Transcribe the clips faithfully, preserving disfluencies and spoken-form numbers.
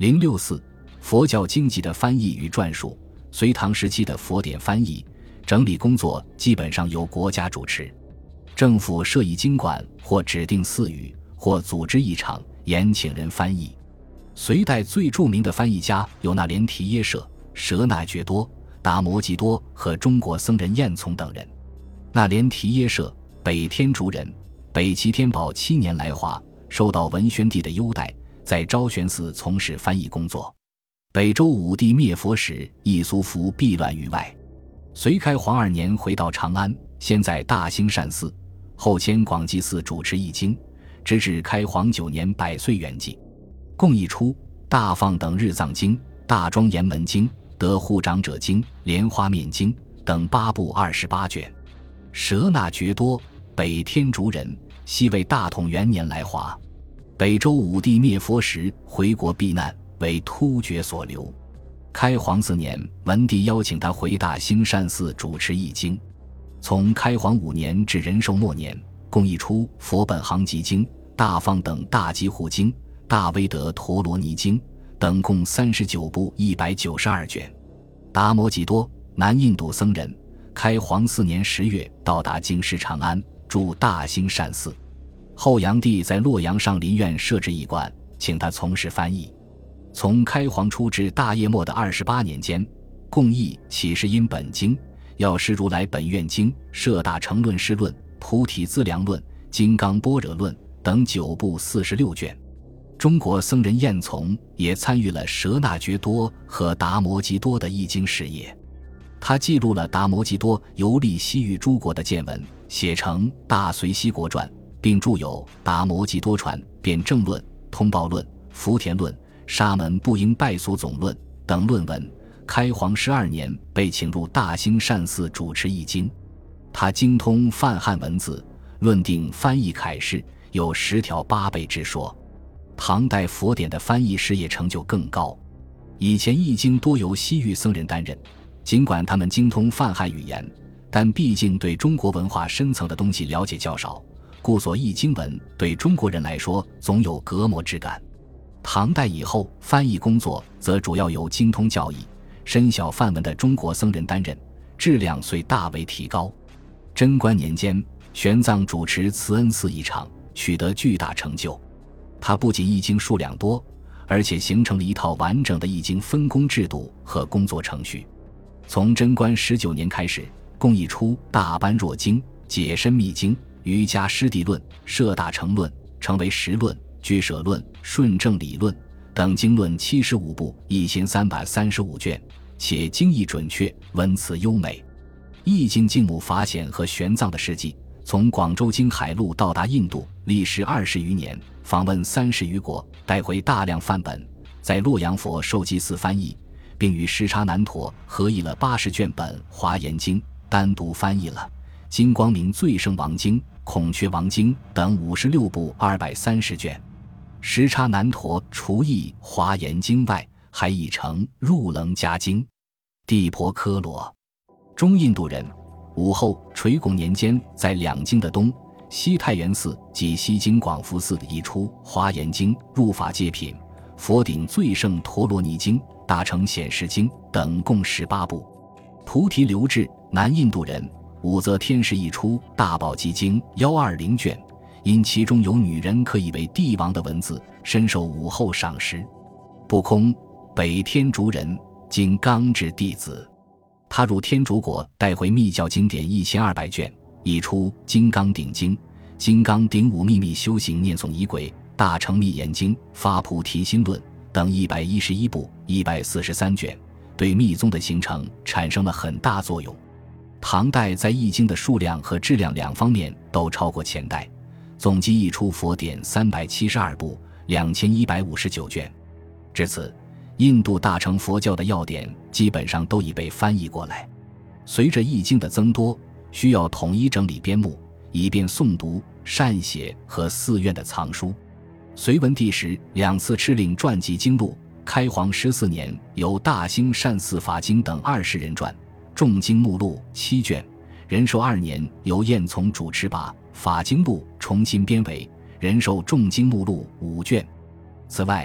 零六四佛教经籍的翻译与撰述。隋唐时期的佛典翻译整理工作基本上由国家主持，政府设一经馆或指定寺宇，或组织一场严请人翻译。隋代最著名的翻译家有那连提耶舍、舍那觉多、达摩吉多和中国僧人彦从等人。那连提耶舍，北天竺人，北齐天宝七年来华，受到文宣帝的优待，在昭玄寺从事翻译工作。北周武帝灭佛时，亦苏服避乱于外。隋开皇二年回到长安，先在大兴善寺，后迁广济寺主持译经，直至开皇九年百岁圆寂。共译出大放等日藏经、大庄严门经、得护长者经、莲花面经等八部二十八卷。舍那觉多，北天竺人，西魏大统元年来华。北周武帝灭佛时回国避难，为突厥所留。开皇四年，文帝邀请他回大兴善寺主持译经。从开皇五年至仁寿末年，共译出佛本行集经、大放等大集护经、大威德陀罗尼经等共三十九部一百九十二卷。达摩吉多，南印度僧人，开皇四年十月到达京师长安，驻大兴善寺。后杨帝在洛阳上林苑设置驿馆，请他从事翻译。从开皇初至大业末的二十八年间，共译启示因本经、药师如来本愿经、摄大乘论释论、菩提资粮论、金刚般若论等九部四十六卷。中国僧人彦从也参与了舍那觉多和达摩吉多的译经事业。他记录了达摩吉多游历西域诸国的见闻，写成《大隋西国传》，并著有《达摩吉多传》、《辩证论》、《通报论》、《福田论》、《沙门不应拜俗总论》等论文。开皇十二年被请入大兴善寺主持译经。他精通梵汉文字，论定翻译楷释，有十条八倍之说。唐代佛典的翻译事业成就更高。以前译经多由西域僧人担任，尽管他们精通梵汉语言，但毕竟对中国文化深层的东西了解较少，故所译经文对中国人来说总有隔膜之感。唐代以后，翻译工作则主要由精通教义、深晓梵文的中国僧人担任，质量遂大为提高。贞观年间，玄奘主持慈恩寺一场，取得巨大成就。他不仅译经数量多，而且形成了一套完整的译经分工制度和工作程序。从贞观十九年开始，共译出大般若经、解深密经、瑜伽师地论、摄大乘论、成为实论、居舍论、顺正理论等经论七十五部一千三百三十五卷，且经义准确，文辞优美。译经净目法显和玄奘的事迹，从广州经海路到达印度，历时二十余年，访问三十余国，带回大量范本，在洛阳佛受记寺翻译，并与什刹南陀合译了八十卷本华严经，单独翻译了金光明最胜王经、孔雀王经等五十六部二百三十卷。什刹南陀除译华严经外，还译成入楞伽经。地婆科罗，中印度人，武后垂拱年间在两京的东西太原寺及西京广福寺译出华严经、入法界品、佛顶最胜陀罗尼经、大乘显示经等共十八部。菩提留志，南印度人，武则天时译出大宝积经一百二十卷，因其中有女人可以为帝王的文字，深受武后赏识。不空，北天竺人，今刚之弟子。他入天竺国，带回密教经典一千二百卷，译出金刚顶经、金刚顶五秘密修行念诵仪轨、大乘密严经、发菩提心论等一百一十一部一百四十三卷，对密宗的形成产生了很大作用。唐代在译经的数量和质量两方面都超过前代，总计译出佛典三百七十二部两千一百五十九卷。至此，印度大乘佛教的要点基本上都已被翻译过来。随着译经的增多，需要统一整理编目，以便诵读、善写和寺院的藏书。隋文帝时两次敕令传记经录，开皇十四年由大兴善寺法经等二十人传，众经目录七卷。仁寿二年由彦从主持把法经录重新编为仁寿众经目录五卷。此外，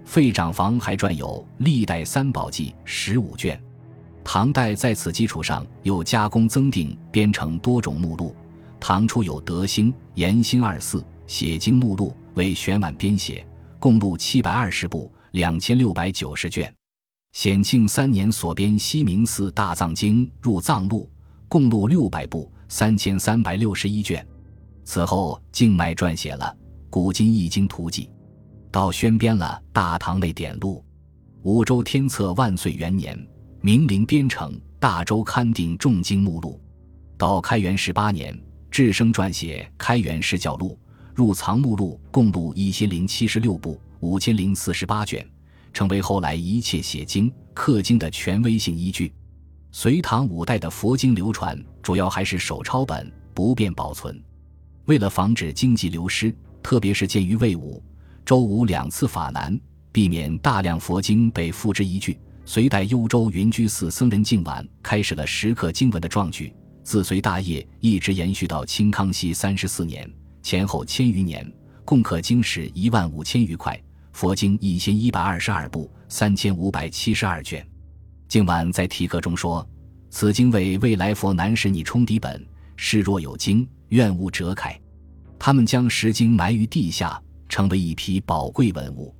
废长房还撰有《历代三宝记》十五卷。唐代在此基础上又加工增订编成多种目录，唐初有德兴、延兴二寺写经目录，为玄婉编写，共录七百二十部，两千六百九十卷。显庆三年所编西明寺大藏经入藏录，共录六百部，三千三百六十一卷。此后静脉撰写了《古今易经图记》，道宣编了《大唐内典录》。武周天策万岁元年，明陵编成《大周刊定众经目录》。到开元十八年，智生撰写《开元释教录》，入藏目录共录一千零七十六部，五千零四十八卷，成为后来一切写经、刻经的权威性依据。隋唐五代的佛经流传主要还是手抄本，不便保存。为了防止经籍流失，特别是鉴于魏武、周武两次法难，避免大量佛经被付之一炬，隋代幽州云居寺僧人净晚开始了石刻经文的壮举，自隋大业一直延续到清康熙三十四年，前后千余年，共刻经史一万五千余块，佛经一千一百二十二部，三千五百七十二卷。净晚在题刻中说：“此经为未来佛南使你冲底本，是若有经，愿勿折开。”他们将石经埋于地下，成为一批宝贵文物。